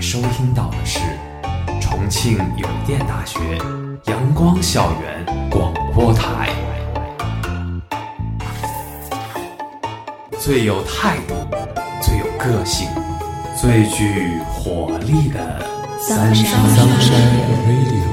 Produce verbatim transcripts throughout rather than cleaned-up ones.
收听到的是重庆邮电大学阳光校园广播台，最有态度、最有个性、最具活力的三山 Radio。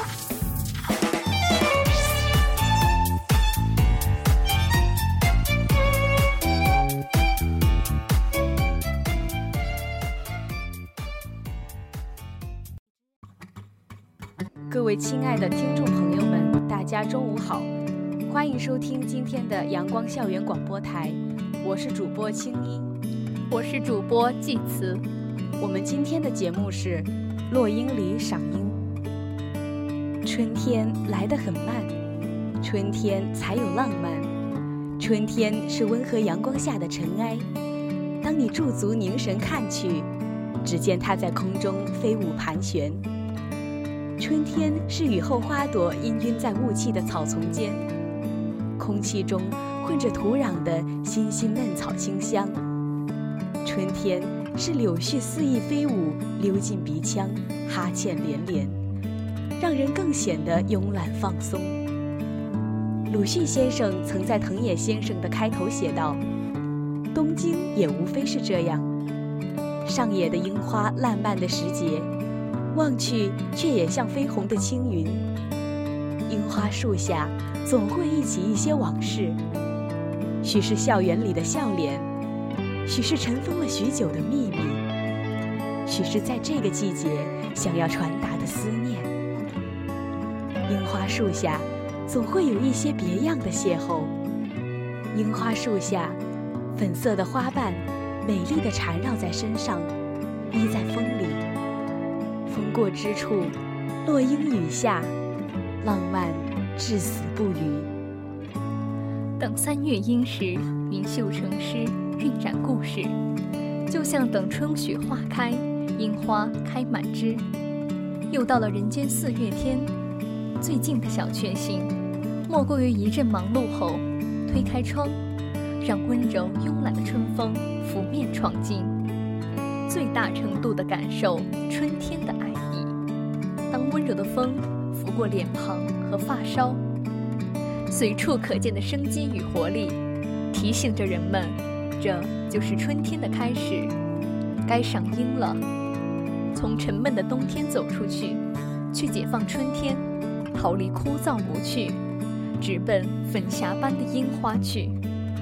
各位亲爱的听众朋友们，大家中午好，欢迎收听今天的阳光校园广播台，我是主播青衣， 我是主播季慈。 我们今天的节目是落英里赏樱。春天来得很慢，春天才有浪漫，春天是温和阳光下的尘埃。当你驻足凝神看去，只见它在空中飞舞盘旋。春天是雨后花朵氤氲在雾气的草丛间，空气中混着土壤的新鲜嫩草清香。春天是柳絮肆意飞舞，溜进鼻腔，哈欠连连，让人更显得慵懒放松。鲁迅先生曾在《藤野先生》的开头写道：东京也无非是这样，上野的樱花烂漫的时节，望去却也像绯红的青云。樱花树下总会忆起一些往事，许是校园里的笑脸，许是尘封了许久的秘密，许是在这个季节想要传达的思念。樱花树下总会有一些别样的邂逅，樱花树下粉色的花瓣美丽地缠绕在身上，依在风里，风过之处，落英雨下，浪漫至死不渝。 等三月樱时，云秀成诗，晕染故事，就像等春雪花开，樱花开满枝。又到了人间四月天，最近的小确幸，莫过于一阵忙碌后，推开窗，让温柔慵懒的春风拂面闯进，最大程度地感受春天的爱意。当温柔的风拂过脸庞和发梢，随处可见的生机与活力，提醒着人们，这就是春天的开始，该赏樱了。从沉闷的冬天走出去，去解放春天，逃离枯燥无趣，直奔粉霞般的樱花去。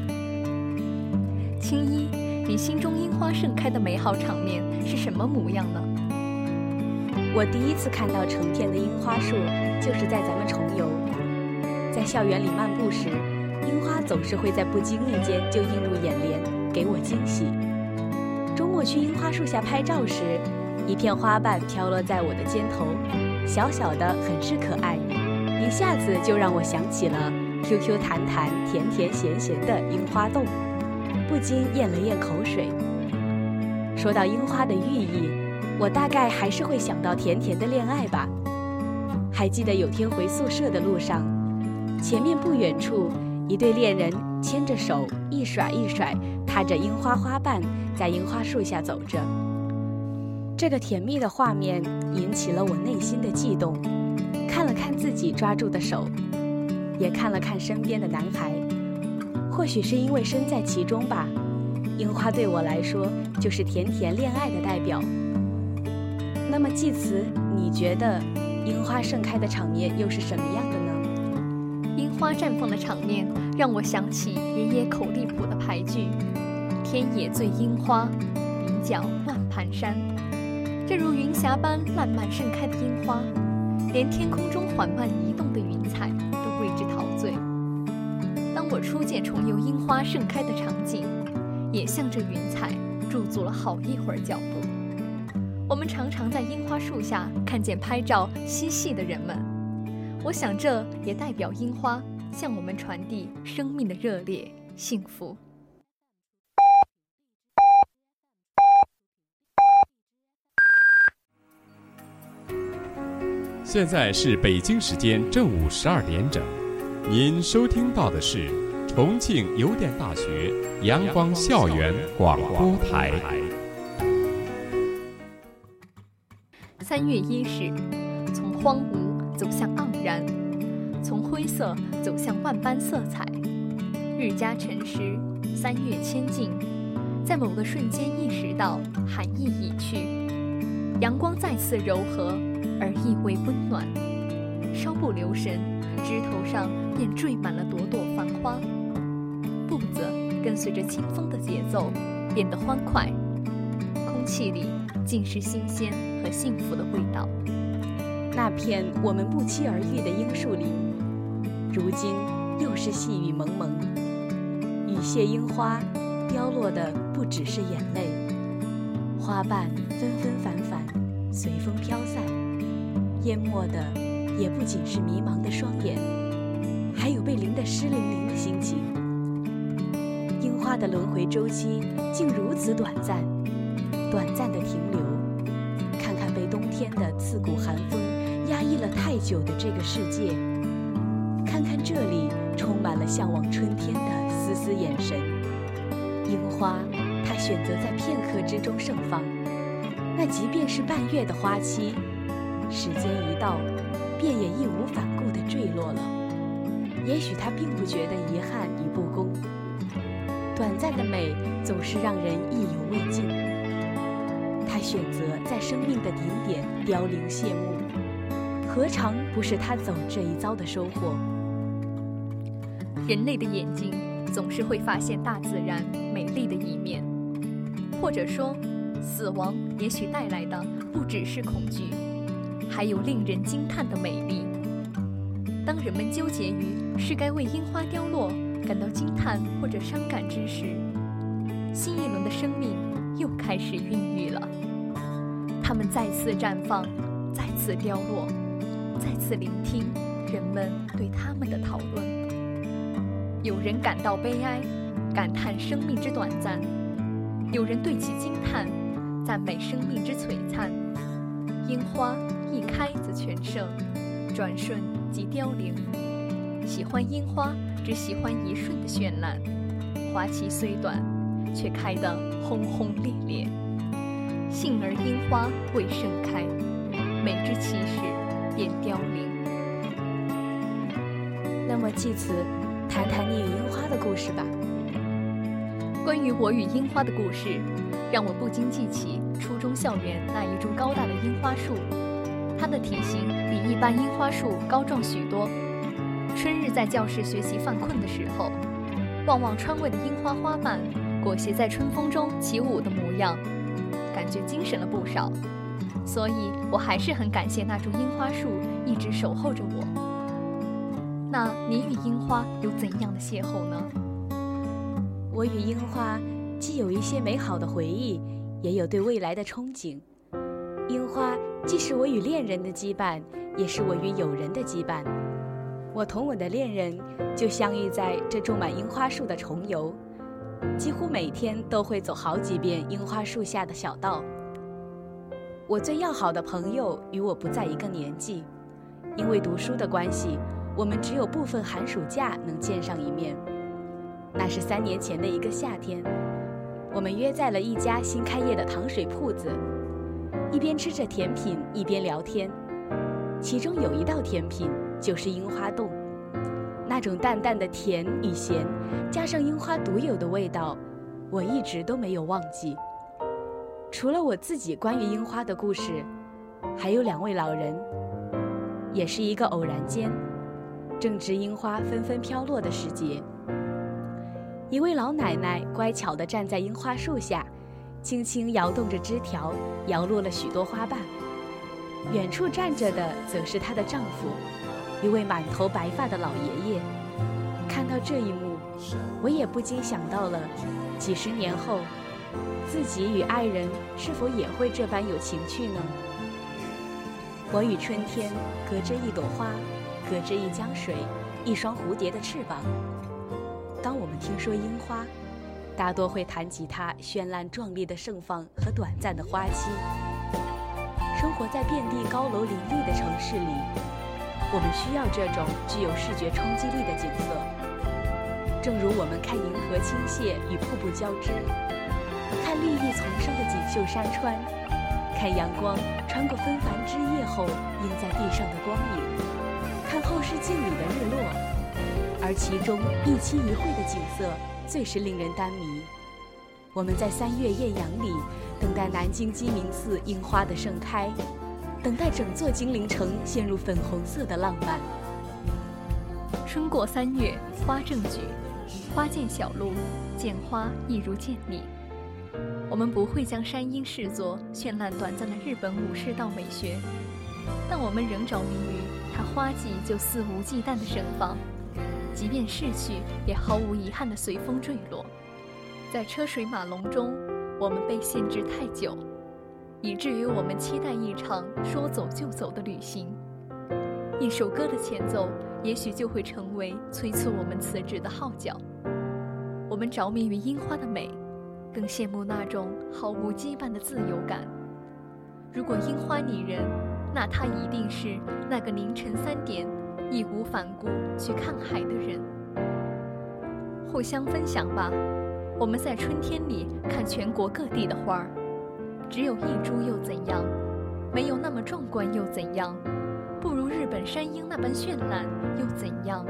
青衣，你心中樱花盛开的美好场面是什么模样呢？ 我第一次看到成片的樱花树，就是在咱们重游。在校园里漫步时，樱花总是会在不经意间就映入眼帘，给我惊喜。周末去樱花树下拍照时，一片花瓣飘落在我的肩头，小小的，很是可爱，一下子就让我想起了 Q Q 弹弹甜甜咸咸的樱花冻，不禁咽了咽口水。说到樱花的寓意，我大概还是会想到甜甜的恋爱吧。还记得有天回宿舍的路上，前面不远处，一对恋人牵着手，一甩一甩，踏着樱花花瓣，在樱花树下走着。这个甜蜜的画面引起了我内心的悸动，看了看自己抓住的手，也看了看身边的男孩。或许是因为身在其中吧，樱花对我来说就是甜甜恋爱的代表。那么季慈，你觉得樱花盛开的场面又是什么样的呢？ 樱花绽放的场面让我想起爷爷口隶谱的牌句：天野醉樱花，云脚万盘山。正如云霞般烂漫盛开的樱花，连天空中缓慢移动的云彩都为之陶醉。当我初见重游樱花盛开的场景，也向着云彩驻足了好一会儿脚步。我们常常在樱花树下看见拍照嬉戏的人们，我想这也代表樱花向我们传递生命的热烈幸福。 现在是北京时间正午十二点整，您收听到的是重庆邮电大学阳光校园广播台。 三月伊始，从荒芜走向盎然，从灰色走向万般色彩。日加辰时，三月千径，在某个瞬间意识到寒意已去，阳光再次柔和而意味温暖，稍不留神，枝头上便缀满了朵朵繁花。步子跟随着清风的节奏变得欢快，空气里尽是新鲜和幸福的味道。 那片我们不期而遇的樱树林，如今又是细雨蒙蒙，雨屑樱花凋落的不只是眼泪，花瓣纷纷繁繁，随风飘散，淹没的也不仅是迷茫的双眼，还有被淋得湿淋淋的心情。樱花的轮回周期竟如此短暂，短暂的停留，看看被冬天的刺骨寒风压抑了太久的这个世界，看看这里充满了向往春天的丝丝眼神。樱花它选择在片刻之中盛放，那即便是半月的花期，时间一到便也义无反顾地坠落了。也许它并不觉得遗憾与不公，短暂的美总是让人意犹未尽。他选择在生命的顶点凋零谢幕，何尝不是他走这一遭的收获？ 人类的眼睛总是会发现大自然美丽的一面，或者说，死亡也许带来的不只是恐惧，还有令人惊叹的美丽。当人们纠结于是该为樱花凋落感到惊叹或者伤感之时，新一轮的生命又开始孕育了。它们再次绽放，再次凋落，再次聆听人们对它们的讨论。有人感到悲哀，感叹生命之短暂；有人对其惊叹，赞美生命之璀璨。樱花一开则全盛，转瞬即凋零。喜欢樱花，只喜欢一瞬的绚烂，花期虽短，却开得轰轰烈烈。幸而樱花未盛开，美之其时便凋零。 那么继此谈谈你与樱花的故事吧。 关于我与樱花的故事，让我不禁记起初中校园那一株高大的樱花树，它的体型比一般樱花树高壮许多。春日在教室学习犯困的时候，望望窗外的樱花花瓣裹挟在春风中起舞的模样，感觉精神了不少。所以我还是很感谢那株樱花树一直守候着我。那你与樱花有怎样的邂逅呢？ 我与樱花既有一些美好的回忆，也有对未来的憧憬。樱花既是我与恋人的羁绊，也是我与友人的羁绊。我同我的恋人就相遇在这种满樱花树的重游，几乎每天都会走好几遍樱花树下的小道。我最要好的朋友与我不在一个年纪，因为读书的关系，我们只有部分寒暑假能见上一面。那是三年前的一个夏天，我们约在了一家新开业的糖水铺子，一边吃着甜品一边聊天。其中有一道甜品就是樱花冻，那种淡淡的甜与咸，加上樱花独有的味道，我一直都没有忘记。除了我自己关于樱花的故事，还有两位老人。也是一个偶然间，正值樱花纷纷飘落的时节，一位老奶奶乖巧地站在樱花树下，轻轻摇动着枝条，摇落了许多花瓣。远处站着的则是她的丈夫，一位满头白发的老爷爷。看到这一幕，我也不禁想到了几十年后，自己与爱人是否也会这般有情趣呢？我与春天隔着一朵花，隔着一江水，一双蝴蝶的翅膀。当我们听说樱花，大多会谈及它绚烂壮丽的盛放和短暂的花期。生活在遍地高楼林立的城市里，我们需要这种具有视觉冲击力的景色。正如我们看银河倾泻与瀑布交织，看绿意丛生的锦绣山川， 看阳光穿过纷繁枝叶后映在地上的光影，看后视镜里的日落，而其中一期一会的景色最是令人耽迷。我们在三月艳阳里等待南京鸡鸣寺樱花的盛开，等待整座金陵城陷入粉红色的浪漫。 春过三月，花正举，花见小路，见花亦如见你。我们不会将山樱视作绚烂短暂的日本武士道美学，但我们仍着迷于它花季就肆无忌惮的盛放，即便逝去也毫无遗憾地随风坠落。在车水马龙中，我们被限制太久，以至于我们期待一场说走就走的旅行。一首歌的前奏也许就会成为催促我们辞职的号角。我们着迷于樱花的美，更羡慕那种毫无羁绊的自由感。如果樱花拟人，那他一定是那个凌晨三点义无反顾去看海的人。互相分享吧，我们在春天里看全国各地的花儿，只有一株又怎样？没有那么壮观又怎样？不如日本山樱那般绚烂又怎样？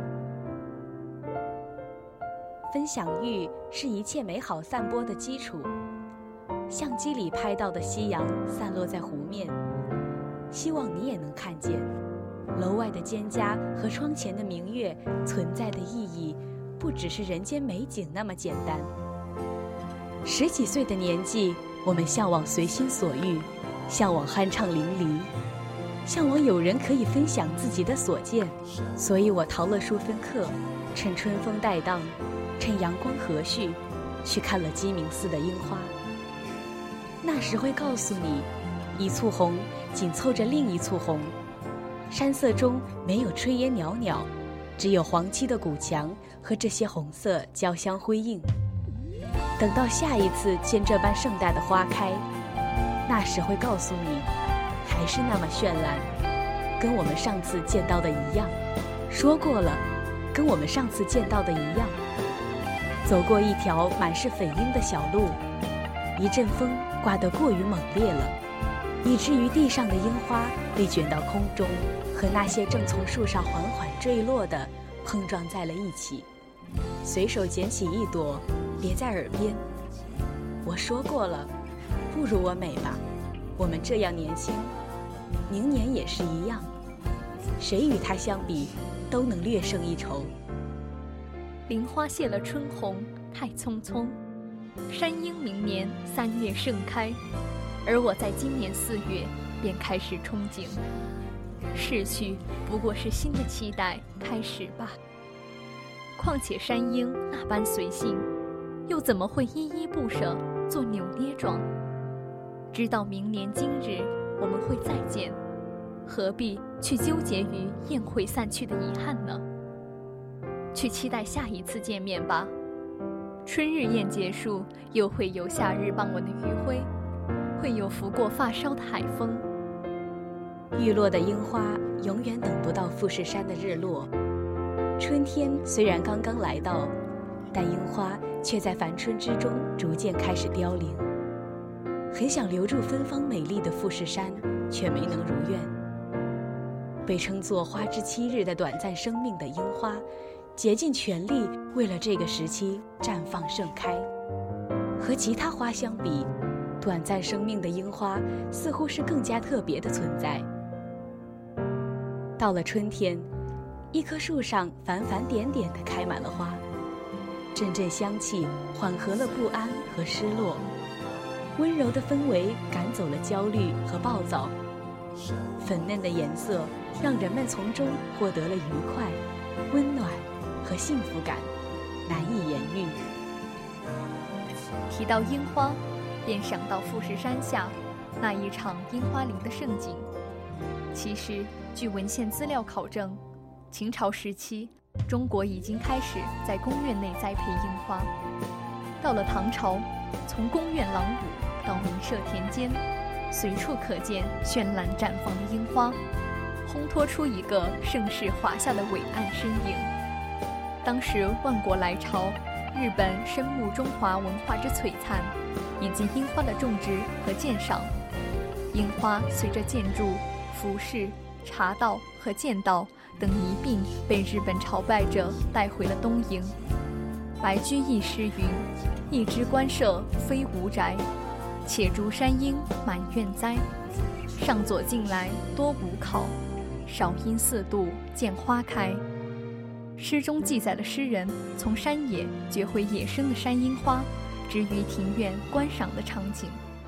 分享欲是一切美好散播的基础。相机里拍到的夕阳散落在湖面，希望你也能看见。楼外的蒹葭和窗前的明月存在的意义，不只是人间美景那么简单。十几岁的年纪，我们向往随心所欲，向往酣畅淋漓，向往有人可以分享自己的所见。所以我逃了淑芬课，趁春风带荡，趁阳光和煦，去看了鸡鸣寺的樱花。那时会告诉你，一簇红紧凑着另一簇红，山色中没有炊烟袅袅，只有黄漆的古墙和这些红色交相辉映。等到下一次见这般盛大的花开，那时会告诉你，还是那么绚烂，跟我们上次见到的一样。说过了，跟我们上次见到的一样。走过一条满是粉樱的小路，一阵风刮得过于猛烈了，以至于地上的樱花被卷到空中，和那些正从树上缓缓坠落的碰撞在了一起。随手捡起一朵，别在耳边。我说过了，不如我美吧，我们这样年轻，明年也是一样，谁与它相比都能略胜一筹。 林花谢了春红，太匆匆，山樱明年三月盛开，而我在今年四月便开始憧憬。逝去不过是新的期待开始吧。况且山樱那般随性，又怎么会依依不舍做扭捏状？知道明年今日我们会再见，何必去纠结于宴会散去的遗憾呢？去期待下一次见面吧。春日宴结束，又会有夏日傍晚的余晖，会有拂过发梢的海风。 玉落的樱花永远等不到富士山的日落。春天虽然刚刚来到，但樱花却在凡春之中逐渐开始凋零。很想留住芬芳美丽的富士山，却没能如愿。被称作花之七日的短暂生命的樱花，竭尽全力为了这个时期绽放盛开。和其他花相比，短暂生命的樱花似乎是更加特别的存在。到了春天，一棵树上繁繁点点地开满了花，阵阵香气缓和了不安和失落，温柔的氛围赶走了焦虑和暴躁，粉嫩的颜色让人们从中获得了愉快、温暖和幸福感，难以言喻。 提到樱花，便想到富士山下那一场樱花林的盛景。其实，据文献资料考证，秦朝时期，中国已经开始在宫院内栽培樱花。到了唐朝，从宫院廊庑到民舍田间，随处可见绚烂绽放的樱花，烘托出一个盛世华夏的伟岸身影。当时万国来朝，日本深慕中华文化之璀璨，以及樱花的种植和鉴赏， 樱花随着建筑、服饰、茶道和剑道等一并被日本朝拜者带回了东瀛。白居易诗云：“一枝官舍非吾宅，且逐山樱满院栽。上左近来多无考，少因四度见花开。”诗中记载了诗人从山野掘回野生的山樱花，置于庭院观赏的场景。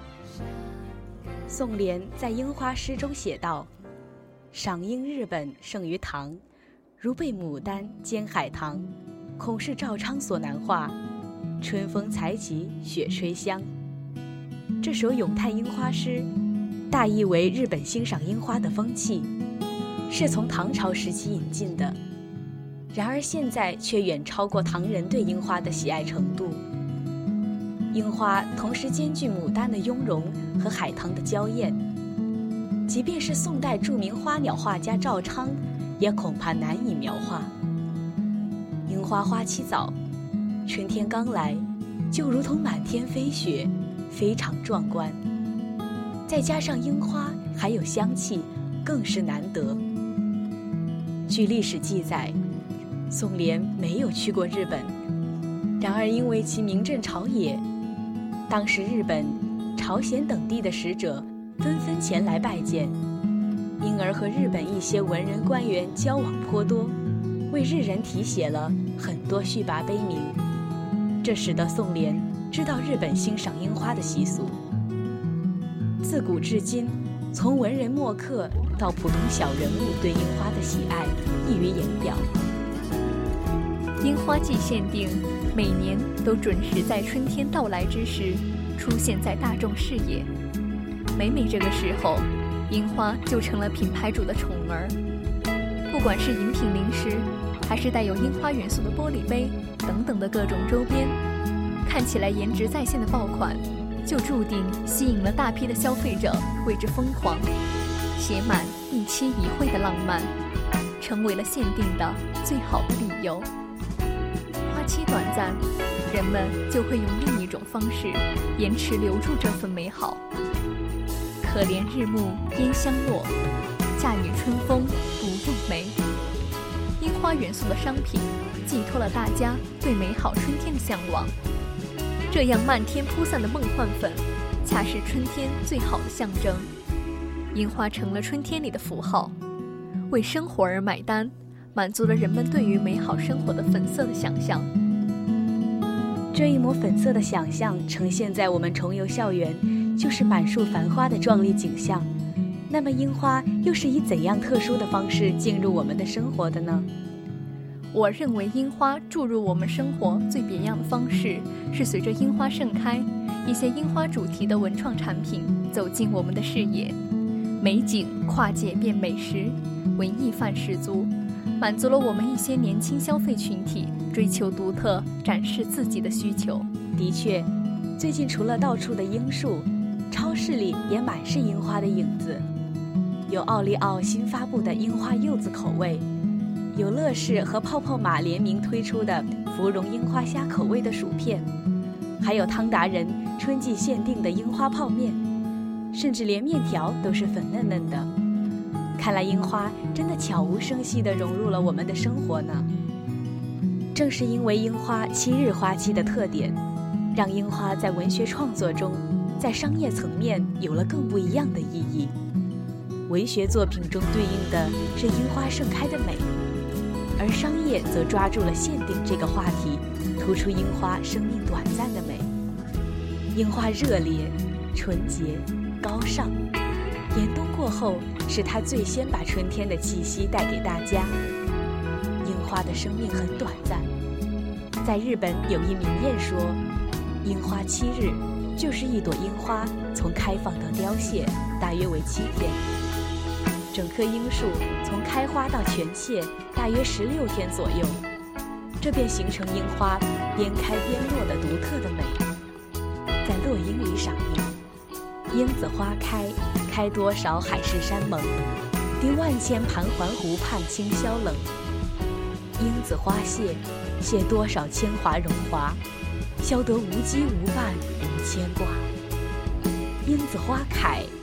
宋濂在樱花诗中写道：“赏樱日本胜于唐，如被牡丹兼海棠，恐是赵昌所难画。春风才起雪吹香。”这首咏叹樱花诗，大意为日本欣赏樱花的风气，是从唐朝时期引进的。然而现在却远超过唐人对樱花的喜爱程度。樱花同时兼具牡丹的雍容和海棠的娇艳，即便是宋代著名花鸟画家赵昌，也恐怕难以描画。樱花花期早，春天刚来，就如同满天飞雪，非常壮观。再加上樱花还有香气，更是难得。据历史记载，宋濂没有去过日本，然而因为其名震朝野，当时日本、朝鲜等地的使者纷纷前来拜见，因而和日本一些文人官员交往颇多，为日人题写了很多序跋碑铭。这使得宋濂知道日本欣赏樱花的习俗。自古至今，从文人墨客到普通小人物对樱花的喜爱溢于言表。 樱花季限定，每年都准时在春天到来之时出现在大众视野。每每这个时候，樱花就成了品牌主的宠儿。不管是饮品零食，还是带有樱花元素的玻璃杯等等的各种周边，看起来颜值在线的爆款，就注定吸引了大批的消费者为之疯狂，写满一期一会的浪漫，成为了限定的最好的理由。花期短暂，人们就会用另一种方式延迟留住这份美好。可怜日暮烟香落，嫁与春风不用梅。樱花元素的商品寄托了大家对美好春天的向往。这样漫天铺散的梦幻粉，恰是春天最好的象征。樱花成了春天里的符号，为生活而买单，满足了人们对于美好生活的粉色的想象。 这一抹粉色的想象呈现在我们重游校园，就是满树繁花的壮丽景象。那么樱花又是以怎样特殊的方式进入我们的生活的呢？ 我认为樱花注入我们生活最别样的方式，是随着樱花盛开，一些樱花主题的文创产品走进我们的视野，美景跨界变美食，文艺范十足，满足了我们一些年轻消费群体追求独特、展示自己的需求。 的确，最近除了到处的樱树，超市里也满是樱花的影子。有奥利奥新发布的樱花柚子口味，有乐事和泡泡玛联名推出的芙蓉樱花虾口味的薯片，还有汤达人春季限定的樱花泡面，甚至连面条都是粉嫩嫩的。看来樱花真的悄无声息地融入了我们的生活呢。正是因为樱花七日花期的特点，让樱花在文学创作中，在商业层面有了更不一样的意义。文学作品中对应的是樱花盛开的美，而商业则抓住了限定这个话题，突出樱花生命短暂的美。樱花热烈、纯洁、高尚，严冬过后，是它最先把春天的气息带给大家。樱花的生命很短暂，在日本有一名谚说，樱花七日，就是一朵樱花从开放到凋谢，大约为七天。整棵樱树从开花到全谢，大约十六天左右，这便形成樱花边开边落的独特的美。在落樱里赏樱，樱子花开，开多少海誓山盟，滴万千盘桓湖畔清宵冷。樱子花谢，谢多少铅华荣华，消得无羁无伴无牵挂。樱子花开，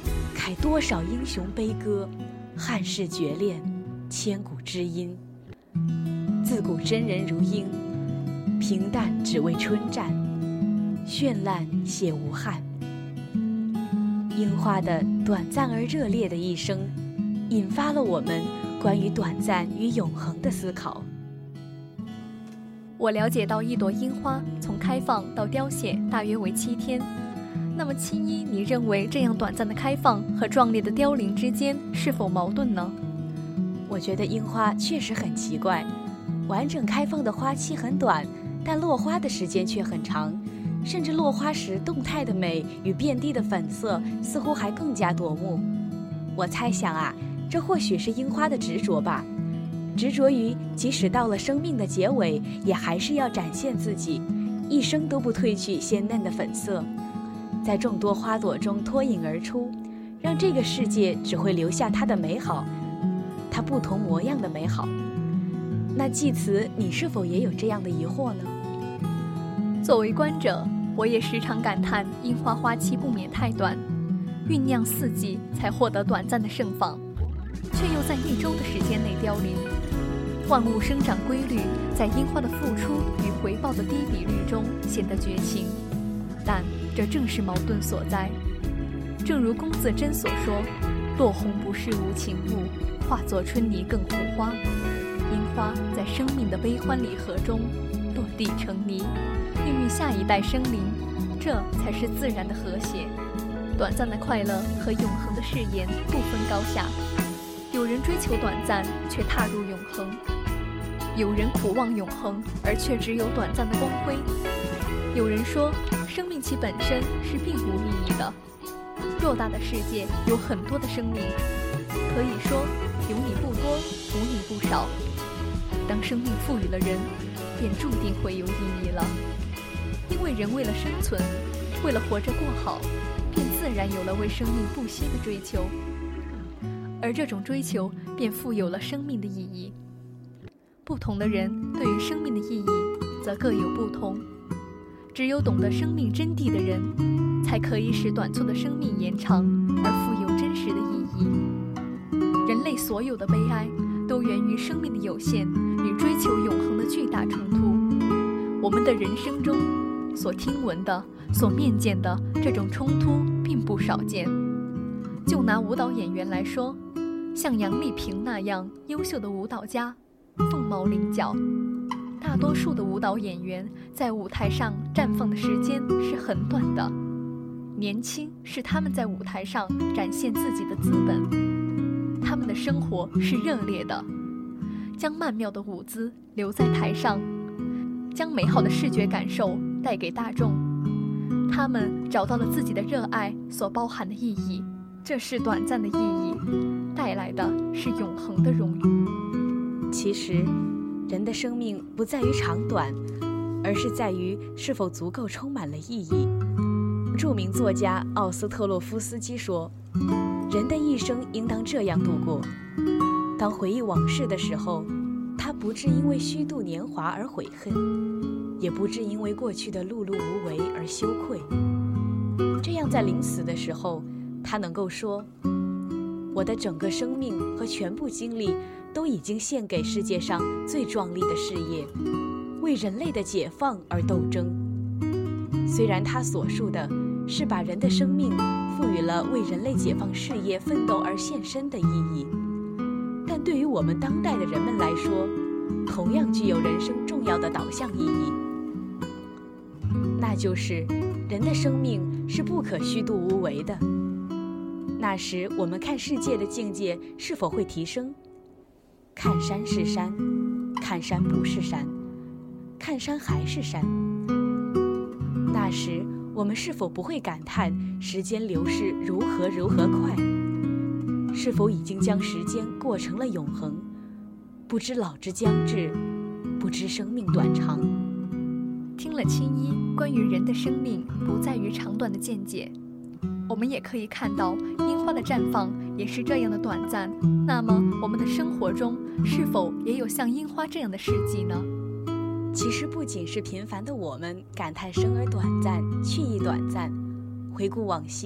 开多少英雄悲歌，汉室绝恋，千古知音。自古真人如鹰，平淡只为春战，绚烂写无憾。樱花的短暂而热烈的一生，引发了我们关于短暂与永恒的思考。 我了解到一朵樱花从开放到凋谢大约为七天，那么青衣，你认为这样短暂的开放和壮烈的凋零之间是否矛盾呢？ 我觉得樱花确实很奇怪，完整开放的花期很短，但落花的时间却很长，甚至落花时动态的美与遍地的粉色似乎还更加夺目。我猜想啊，这或许是樱花的执着吧，执着于即使到了生命的结尾，也还是要展现自己，一生都不褪去鲜嫩的粉色，在众多花朵中脱颖而出，让这个世界只会留下它的美好，它不同模样的美好。那季慈，你是否也有这样的疑惑呢？ 作为观者，我也时常感叹樱花花期不免太短，酝酿四季才获得短暂的盛放，却又在一周的时间内凋零。万物生长规律在樱花的付出与回报的低比率中显得绝情，但这正是矛盾所在。正如龚自珍所说，落红不是无情物，化作春泥更护花。樱花在生命的悲欢离合中落地成泥，孕育下一代生灵，这才是自然的和谐。短暂的快乐和永恒的誓言不分高下，有人追求短暂却踏入永恒，有人苦望永恒而却只有短暂的光辉。有人说，生命其本身是并无意义的，偌大的世界有很多的生命，可以说有你不多，无你不少。当生命赋予了人，便注定会有意义了。因为人为了生存，为了活着过好，便自然有了为生命不息的追求，而这种追求便富有了生命的意义。不同的人对于生命的意义则各有不同，只有懂得生命真谛的人，才可以使短促的生命延长而富有真实的意义。人类所有的悲哀都源于生命的有限与追求永恒的巨大冲突。我们的人生中所听闻的、所面见的这种冲突并不少见。就拿舞蹈演员来说，像杨丽萍那样优秀的舞蹈家，凤毛麟角。大多数的舞蹈演员在舞台上绽放的时间是很短的，年轻是他们在舞台上展现自己的资本。他们的生活是热烈的，将曼妙的舞姿留在台上，将美好的视觉感受带给大众。他们找到了自己的热爱所包含的意义，这是短暂的意义，带来的是永恒的荣誉。 其实，人的生命不在于长短，而是在于是否足够充满了意义。著名作家奥斯特洛夫斯基说，人的一生应当这样度过：当回忆往事的时候，他不致因为虚度年华而悔恨，也不致因为过去的碌碌无为而羞愧。这样在临死的时候，他能够说，我的整个生命和全部精力都已经献给世界上最壮丽的事业，为人类的解放而斗争。虽然他所述的是把人的生命赋予了为人类解放事业奋斗而献身的意义，但对于我们当代的人们来说，同样具有人生重要的导向意义，那就是人的生命是不可虚度无为的。那时我们看世界的境界是否会提升？看山是山，看山不是山，看山还是山。那时我们是否不会感叹时间流逝如何如何快？是否已经将时间过成了永恒？不知老之将至，不知生命短长。 听了青衣关于人的生命不在于长短的见解，我们也可以看到樱花的绽放也是这样的短暂。那么我们的生活中是否也有像樱花这样的事迹呢？ 其实不仅是平凡的我们感叹生而短暂，去亦短暂，回顾往昔，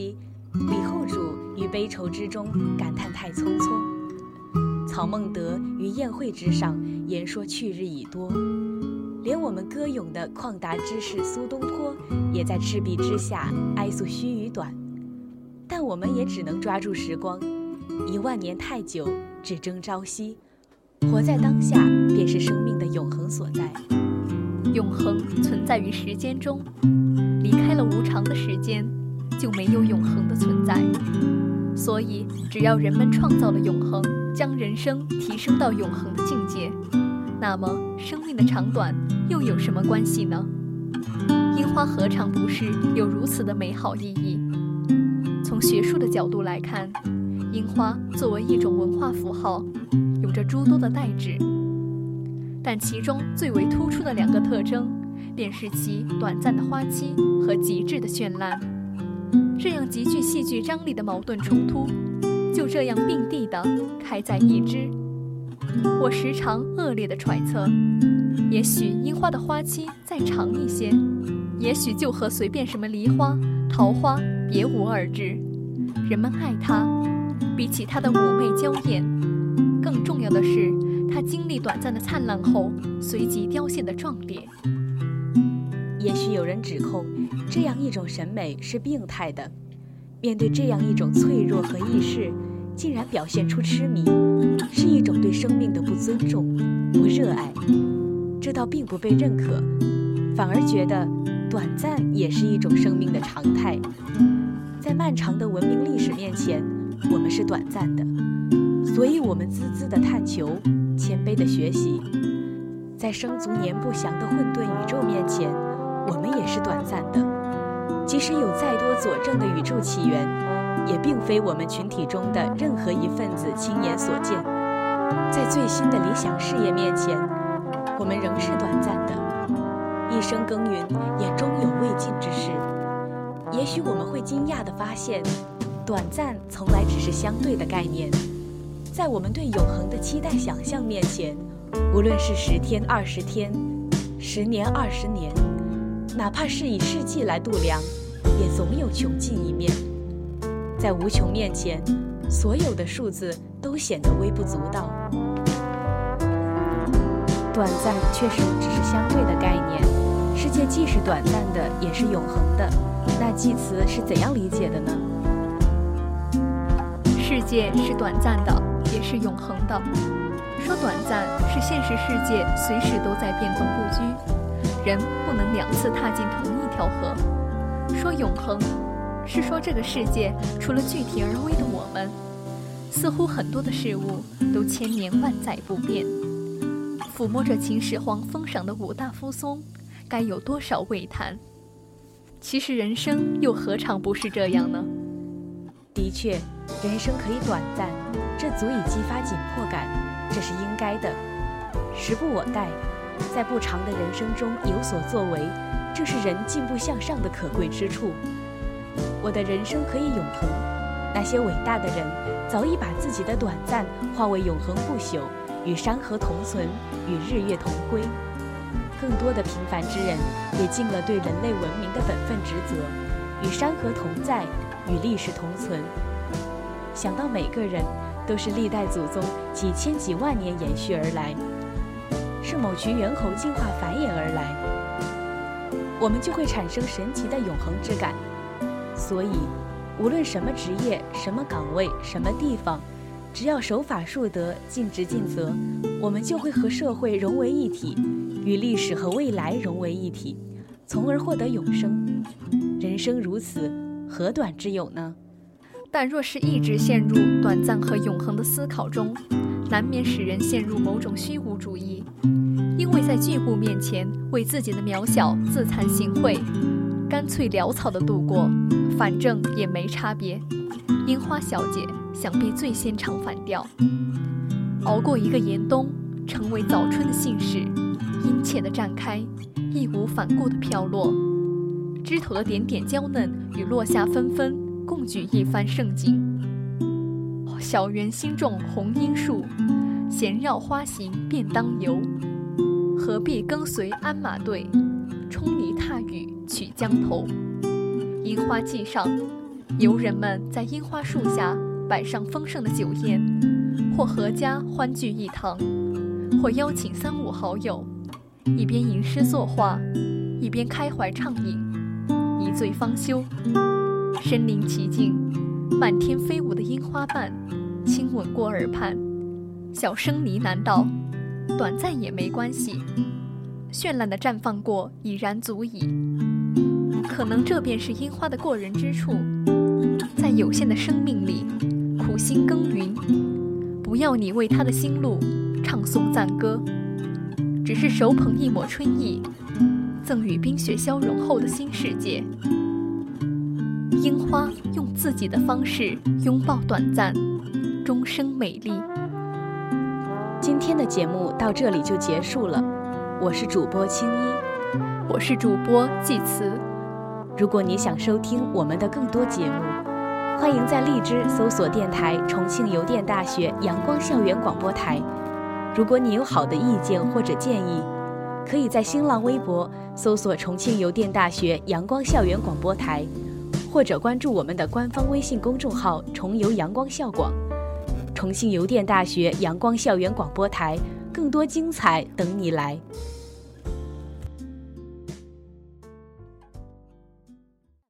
李后主于悲愁之中感叹太匆匆，曹孟德于宴会之上言说去日已多，连我们歌咏的旷达之士苏东坡也在赤壁之下哀诉须臾短。但我们也只能抓住时光，一万年太久，只争朝夕，活在当下便是生命的永恒所在。 永恒存在于时间中，离开了无常的时间，就没有永恒的存在。所以只要人们创造了永恒，将人生提升到永恒的境界，那么生命的长短又有什么关系呢？樱花何尝不是有如此的美好意义？从学术的角度来看，樱花作为一种文化符号，有着诸多的代指，但其中最为突出的两个特征，便是其短暂的花期和极致的绚烂。这样极具戏剧张力的矛盾冲突，就这样并蒂地开在一枝。我时常恶劣地揣测，也许樱花的花期再长一些，也许就和随便什么梨花、桃花别无二致。人们爱它，比起它的妩媚娇艳，更重要的是它经历短暂的灿烂后随即凋谢的壮烈。 也许有人指控这样一种审美是病态的，面对这样一种脆弱和易逝，竟然表现出痴迷，是一种对生命的不尊重、不热爱。这倒并不被认可，反而觉得短暂也是一种生命的常态。在漫长的文明历史面前，我们是短暂的，所以我们孜孜的探求，谦卑的学习。在生卒年不详的混沌宇宙面前，我们也是短暂的。即使有再多佐证的宇宙起源，也并非我们群体中的任何一份子亲眼所见。在最新的理想事业面前，我们仍是短暂的。一生耕耘，也终有未尽之事。也许我们会惊讶地发现，短暂从来只是相对的概念。在我们对永恒的期待想象面前，无论是十天、二十天、十年、二十年，哪怕是以世纪来度量，也总有穷尽一面。在无穷面前，所有的数字都显得微不足道。短暂确实只是相对的概念，世界既是短暂的，也是永恒的。那祭词是怎样理解的呢？ 世界是短暂的，也是永恒的。说短暂是现实世界随时都在变动不居，人不能两次踏进同一条河。说永恒是说这个世界除了具体而微的我们，似乎很多的事物都千年万载不变。抚摸着秦始皇封赏的五大夫松，该有多少喟叹？其实人生又何尝不是这样呢？ 的确，人生可以短暂，这足以激发紧迫感，这是应该的。时不我待，在不长的人生中有所作为，这是人进步向上的可贵之处。我的人生可以永恒，那些伟大的人早已把自己的短暂化为永恒不朽，与山河同存，与日月同辉。更多的平凡之人也尽了对人类文明的本分职责，与山河同在，与历史同存。想到每个人都是历代祖宗几千几万年延续而来，是某群猿猴进化繁衍而来，我们就会产生神奇的永恒之感。所以无论什么职业、什么岗位、什么地方，只要守法树德、尽职尽责，我们就会和社会融为一体，与历史和未来融为一体，从而获得永生。人生如此，何短之有呢？ 但若是一直陷入短暂和永恒的思考中，难免使人陷入某种虚无主义，因为在巨物面前为自己的渺小自惭形秽，干脆潦草地度过，反正也没差别。樱花小姐想必最先唱反调，熬过一个严冬，成为早春的信使，殷切地绽开，义无反顾地飘落，枝头的点点娇嫩与落下纷纷共举一番盛景。小园新种红罂树，闲绕花行便当游，何必跟随鞍马队，冲泥踏雨取江头。樱花季上， 游人们在樱花树下摆上丰盛的酒宴，或合家欢聚一堂，或邀请三五好友，一边吟诗作画，一边开怀畅饮，一醉方休。身临其境，漫天飞舞的樱花瓣亲吻过耳畔，小声呢喃道：短暂也没关系，绚烂的绽放过已然足矣。可能这便是樱花的过人之处，在有限的生命里苦心耕耘，不要你为他的心路唱颂赞歌，只是手捧一抹春意，赠予冰雪消融后的新世界。樱花用自己的方式拥抱短暂，终生美丽。 今天的节目到这里就结束了，我是主播青衣， 我是主播季慈。 如果你想收听我们的更多节目，欢迎在荔枝搜索电台重庆邮电大学阳光校园广播台。如果你有好的意见或者建议，可以在新浪微博搜索重庆邮电大学阳光校园广播台，或者关注我们的官方微信公众号重邮阳光校广。重庆邮电大学阳光校园广播台，更多精彩等你来。